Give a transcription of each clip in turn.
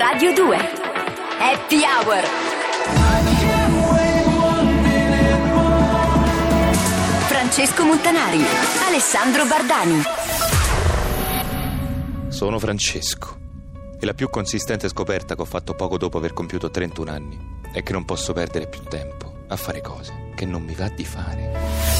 Radio 2 Happy Hour. Francesco Montanari, Alessandro Bardani. Sono Francesco e la più consistente scoperta che ho fatto poco dopo aver compiuto 31 anni è che non posso perdere più tempo a fare cose che non mi va di fare.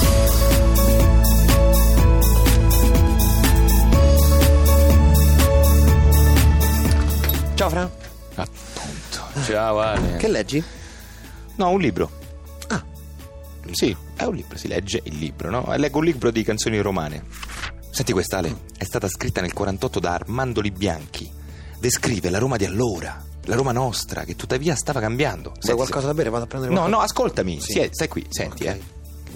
Ciao Fra. Appunto. Ciao Ale. Che leggi? No, un libro. Ah. Sì, è un libro, si legge il libro, no? Leggo un libro di canzoni romane. Senti questa, Ale, è stata scritta nel 48 da Armando Libianchi. Descrive la Roma di allora, la Roma nostra, che tuttavia stava cambiando. Vuoi qualcosa da bere? Vado a prendere No, qualcosa. ascoltami. Sì. Stai qui, senti, Ok.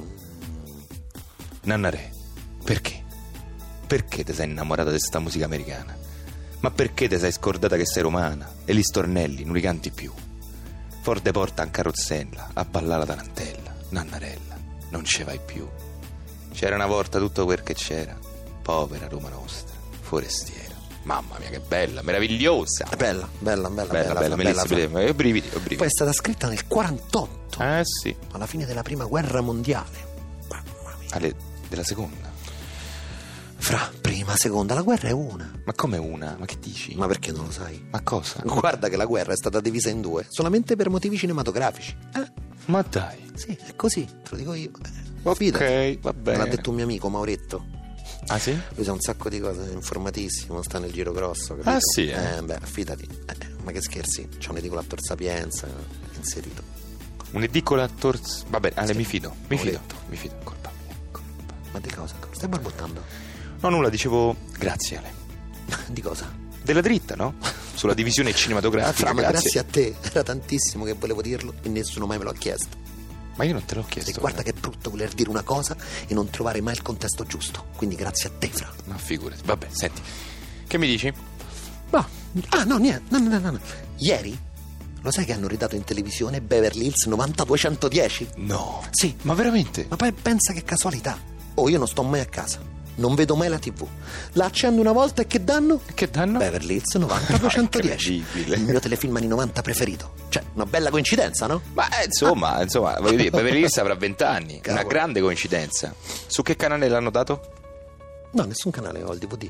Nannare, perché? Perché ti sei innamorata di sta musica americana? Ma perché ti sei scordata che sei romana e gli stornelli non li canti più? For de porta in carrozzella a ballare la tarantella, Nannarella, non ce vai più. C'era una volta tutto quel che c'era, povera Roma nostra, forestiera. Mamma mia, che bella, meravigliosa. È bella, Bella, ho brividi. Poi è stata scritta nel 48, Sì. alla fine della prima guerra mondiale. Mamma mia. Ale, della seconda. Fra, prima, seconda, la guerra è una. Ma come una? Ma che dici? Ma perché non lo sai? Ma cosa? Guarda che la guerra è stata divisa in due, solamente per motivi cinematografici. Ma dai. Sì, è così, te lo dico io. Ok, Fidati. va Me bene. l'ha detto un mio amico Mauretto. Ah sì? Lui sa un sacco di cose, è informatissimo, sta nel giro grosso, capito? Ah, sì, Beh, fidati. Ma che scherzi, c'è un edicolattor Sapienza inserito. Un edicolattor. Vabbè, Ale, Sì. mi fido. Mauretto. Colpa mia. Ma di cosa? Stai barbottando? No, nulla, dicevo grazie, Ale. Di cosa? Della dritta, no? Sulla divisione cinematografica. Fra, ma grazie a te, era tantissimo che volevo dirlo e nessuno mai me l'ha chiesto. Ma io non te l'ho chiesto. E guarda che è brutto voler dire una cosa e non trovare mai il contesto giusto. Quindi grazie a te, Fra. Ma figurati. Vabbè, senti. Che mi dici? No, niente. No. Ieri, lo sai che hanno ridato in televisione Beverly Hills 90210? No. Sì. Ma veramente? Ma poi pensa che casualità. Io non sto mai a casa. Non vedo mai la TV. La accendo una volta e che danno? Che danno? Beverly Hills 90210. Incredibile. Il mio telefilm anni 90 preferito. Cioè, una bella coincidenza, no? Ma insomma, voglio dire, Beverly Hills avrà 20 anni. Cavolo. Una grande coincidenza. Su che canale l'hanno dato? No, nessun canale ho il DVD.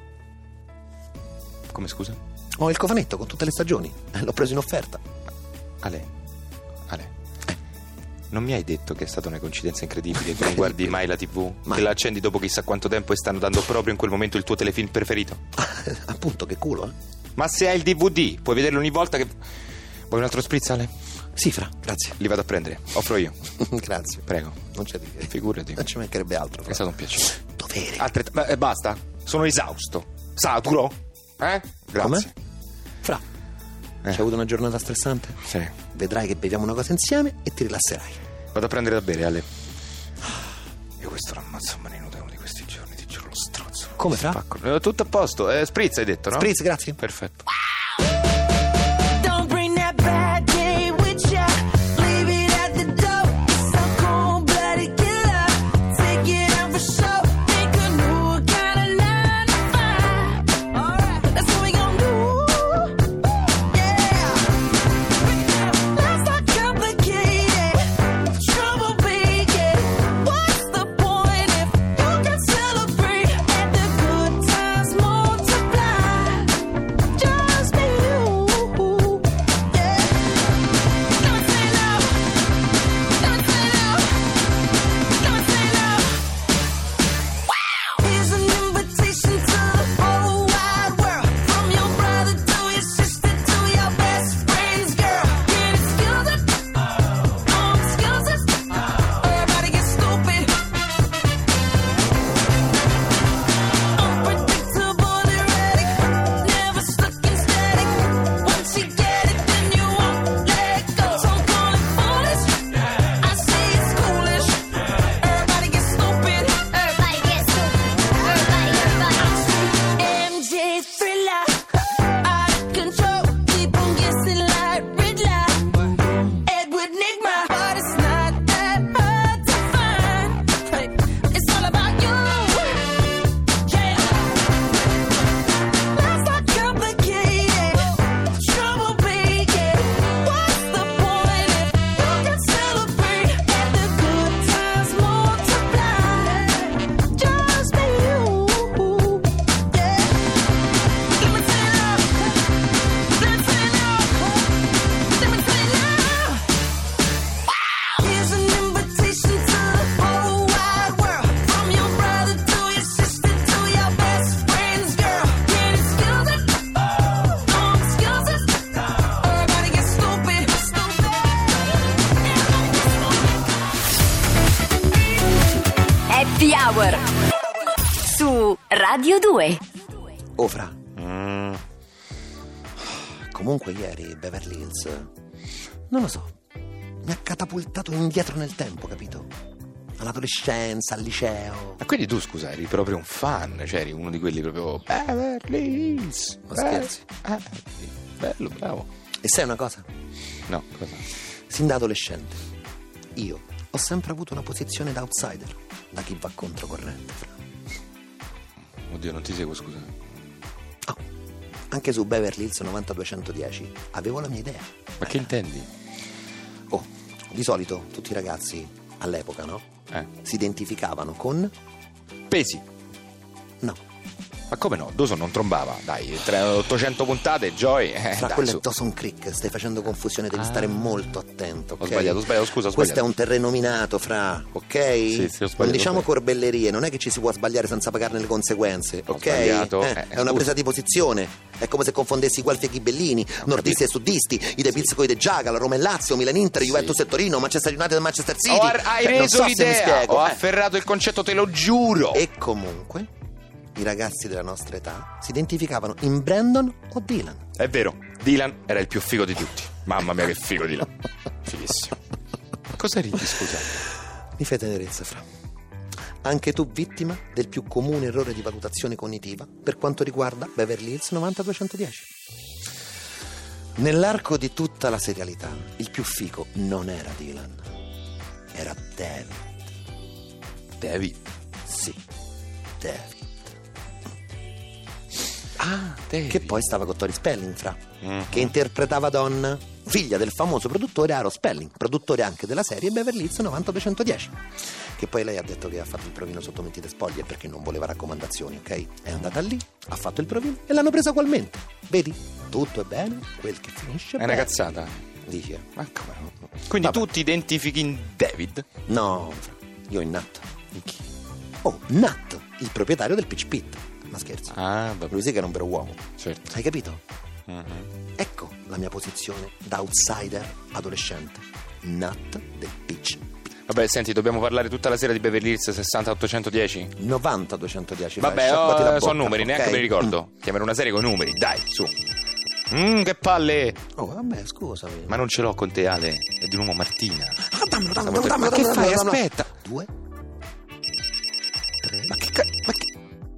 Come, scusa? Ho il cofanetto con tutte le stagioni. L'ho preso in offerta. Ale. Non mi hai detto che è stata una coincidenza incredibile che non guardi mai la TV? Mai. Che la accendi dopo chissà quanto tempo e stanno dando proprio in quel momento il tuo telefilm preferito? Appunto, che culo, eh? Ma se hai il DVD, puoi vederlo ogni volta che... Vuoi un altro spritz, Ale? Sì, Fra, grazie. Li vado a prendere, offro io. Grazie. Prego. Non c'è di che. Figurati. Non ci mancherebbe altro, È Fra. stato un piacere. Dovere. Basta? Sono esausto. Saturo? Grazie. Come? Fra, c'hai avuto una giornata stressante? Sì. Vedrai che beviamo una cosa insieme e ti rilasserai. Vado a prendere da bere, Ale. Io questo l'ammazzo a minuto uno di questi giorni, ti giuro, lo strozzo. Come, Fra? Spacco. Tutto a posto. Spritz hai detto, no? Spritz, grazie. Perfetto. Don't bring that bad day with ya. Leave it at the door. It's a cold-blooded killer. Take it out for show. Make a new kind of 9 to 5. Alright, that's what we gon' do. Yeah. Let's not complicate it. Trouble big, yeah. What's the point if you can celebrate and the good times multiply? Just be Hour su Radio 2. Oh, Fra. Comunque ieri Beverly Hills, non lo so, mi ha catapultato indietro nel tempo, capito? All'adolescenza, al liceo. Ma quindi tu, scusa, eri proprio un fan, cioè eri uno di quelli proprio Beverly Hills. Ma scherzi? Sì. Bello, bravo. E sai una cosa? No, cosa? Sin da adolescente io ho sempre avuto una posizione da outsider, da chi va controcorrente, Fra. Oddio, non ti seguo, scusa. Oh, anche su Beverly Hills 90210 avevo la mia idea. Ma che intendi? Oh, di solito tutti i ragazzi all'epoca, no? Si identificavano con... Pesi. No, Ma come no? Dawson non trombava, dai, 800 puntate, Joy. fra dai, quello su. è Dawson Creek, stai facendo confusione, devi stare molto attento, ok? Ho sbagliato, scusa, ho Questo è sbagliato. un terreno minato, Fra, ok? Sì, ho sbagliato, non diciamo ho sbagliato. corbellerie, non è che ci si può sbagliare senza pagarne le conseguenze, Ho ok? sbagliato, È una scusa. presa di posizione. È come se confondessi i Guelfi e i Ghibellini, nordisti e suddisti, i De Pizzi coi De Giaga, la Roma e Lazio, Milan Inter, Juventus e Torino, Manchester United e Manchester City. Hai Cioè, non reso so se mi l'idea, spiego. ho afferrato il concetto, te lo giuro. E comunque i ragazzi della nostra età si identificavano in Brandon o Dylan. È vero, Dylan era il più figo di tutti. Mamma mia che figo Dylan. Fighissimo. Cosa ridi, scusa? Mi fai tenerezza, Fra. Anche tu vittima del più comune errore di valutazione cognitiva per quanto riguarda Beverly Hills 90210. Nell'arco di tutta la serialità, il più figo non era Dylan, era David. David. Sì, David. Ah, David. Che poi stava con Tori Spelling, Fra, Mhm. che interpretava Donna, figlia del famoso produttore Aro Spelling, produttore anche della serie Beverly Hills 90210. Che poi lei ha detto che ha fatto il provino sotto mentite spoglie perché non voleva raccomandazioni, ok? È andata lì, ha fatto il provino e l'hanno presa ugualmente. Vedi? Tutto è bene, quel che finisce È una bene. cazzata. Dici? Ma come no? Quindi Vabbè. tu ti identifichi in David? No, Fra, io in Nat. In chi? Oh, Nat, il proprietario del Pitch Pit. Ma scherzi. Ah, vabbè. Lui sì che era un vero uomo. Certo. Hai capito? Mhm. Ecco la mia posizione da outsider adolescente. Nat del Pitch. Vabbè, senti, dobbiamo parlare tutta la sera di Beverly Hills 60-810? 90-210. Vabbè, sciacquati la bocca, sono numeri, neanche ok? me li ricordo. Chiamare una serie con numeri, dai, su. Che palle! Oh, vabbè, scusami. Ma non ce l'ho con te, Ale. È di nuovo Martina. Ah, dammelo. Ma che fai? Aspetta. 2 3. Ma che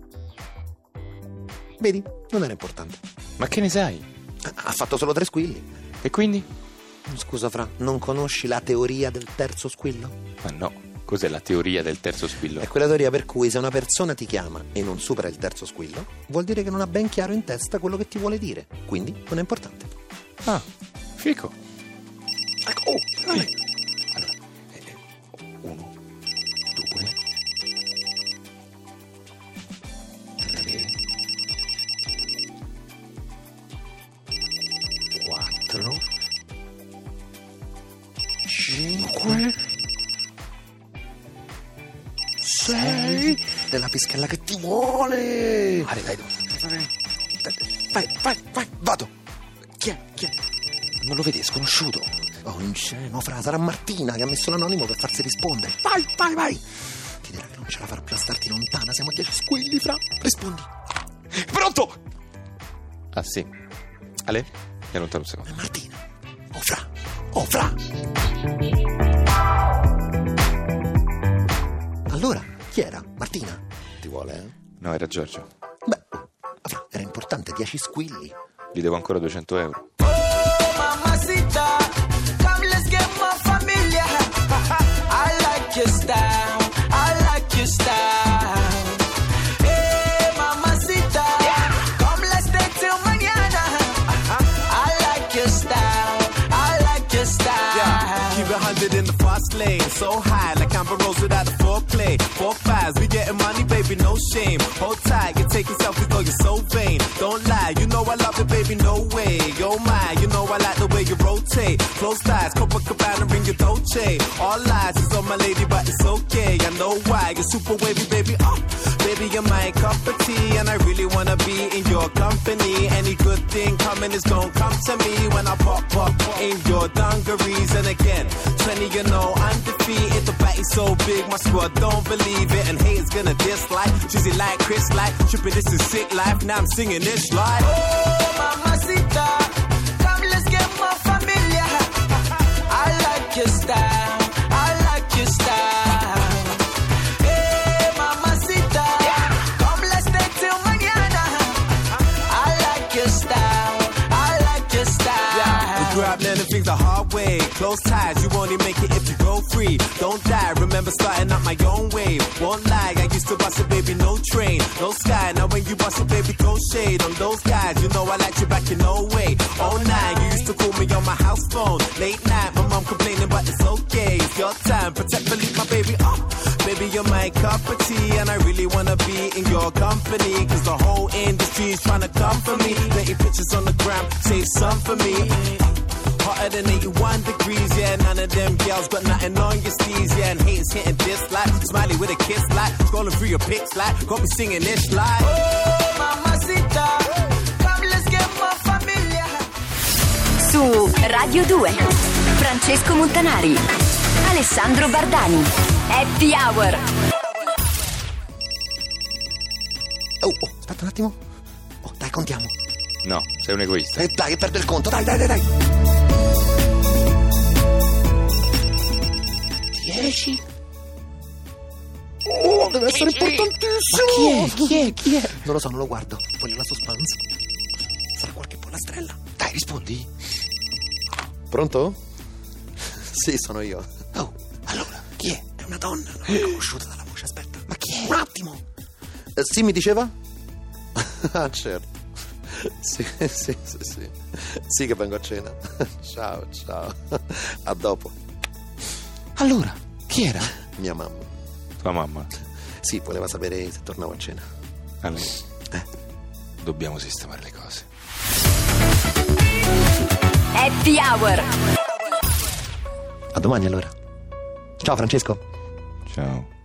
Vedi? Non era importante. Ma che ne sai? Ha fatto solo 3 squilli. E quindi? Scusa, Fra, non conosci la teoria del terzo squillo? Ma no, cos'è la teoria del terzo squillo? È quella teoria per cui se una persona ti chiama e non supera il terzo squillo, vuol dire che non ha ben chiaro in testa quello che ti vuole dire. Quindi non è importante. Ah, fico. Ecco, oh, Allora, 1, 2, 3, 4 5, 6 è la pischella che ti vuole. Ale, dai, Vai, vado. Chi è? non lo vedi, è sconosciuto. Oh, ingenuo, Fra, sarà Martina che ha messo l'anonimo per farsi rispondere. Vai. Ti dirà che non ce la farà più a starti lontana, siamo a 10 squilli, Fra. Rispondi. Pronto? Ah, sì. Ale, mi allontano un secondo. È Martina. Oh, Fra. Allora, chi era? Martina? Ti vuole, eh? No, era Giorgio. Beh, Fra, era importante, 10 squilli. Gli devo ancora 200 euro. Mamacita, come let's get more familiar. I like your style, I like your style. Hey, mamacita, come let's stay till mañana. I like your style, I like your style. Yeah, keep it 100 in the fast lane, so high like Amber Rose without the foreplay. 4-5s, we getting money, baby, no shame. Hold tight, you're taking selfies, though you're so vain. Don't lie, you know I love it, baby, no way. Oh my, you know I like the way you rotate. Close ties, Copacabana, ring your Dolce. All lies is on my lady, but it's okay. I know why, you're super wavy, baby. Baby, you're my cup of tea, and I really wanna be in your company. Any good thing coming is gonna come to me when I pop in your dungarees. And again, 20, you know, undefeated. The battle's so big, my squad don't believe it. And haters gonna dislike, Drizzy like Chris like. Tripping, this is sick life, now I'm singing this like. Oh, mamacita, come let's get more familiar. I like your style, I like your style. Hey, mamacita, come let's stay till mañana. I like your style, I like your style. We grew up learning things the hard way. Close ties, you only make it if you go free. Don't die, remember starting up my own wave. Won't lie, I used to bust it, baby, no train, no sky. Now when you bust it, baby, throw shade on those guys. You know I like you back in no way. Oh, nine, you used to call me on my house phone. Late night, my mom complaining, but it's okay. It's your time, protect, believe my baby. Oh, baby, you're my cup of tea, and I really wanna be in your company. Cause the whole industry is trying to come for me. Letting pictures on the gram, say some for me. Hotter than 81 degrees, yeah. None of them girls got nothing on your steez, yeah. And haters hitting dislike, smiley with a kiss like, scrolling through your pics like, got me singing this like. Oh, mamacita, come let's get more familiar. Su Radio 2, Francesco Montanari, Alessandro Bardani, Happy Hour. Oh, aspetta un attimo. Oh, dai, contiamo. No, sei un egoista. Dai, che perdo il conto. Dai. 10. Oh, deve essere importantissimo. Chi è? Non lo so, non lo guardo. Voglio la suspense. Sarà qualche pollastrella. Dai, rispondi. Pronto? Sì, sono io. Oh, allora, chi è? È una donna, non l'ho conosciuta dalla voce. Aspetta. Ma chi è? Un attimo. Sì, mi diceva? Ah, certo. Sì. Sì che vengo a cena. Ciao. A dopo. Allora, chi era? Mia mamma. Tua mamma? Sì, voleva sapere se tornavo a cena. Allora, dobbiamo sistemare le cose. Happy Hour. A domani allora. Ciao Francesco. Ciao.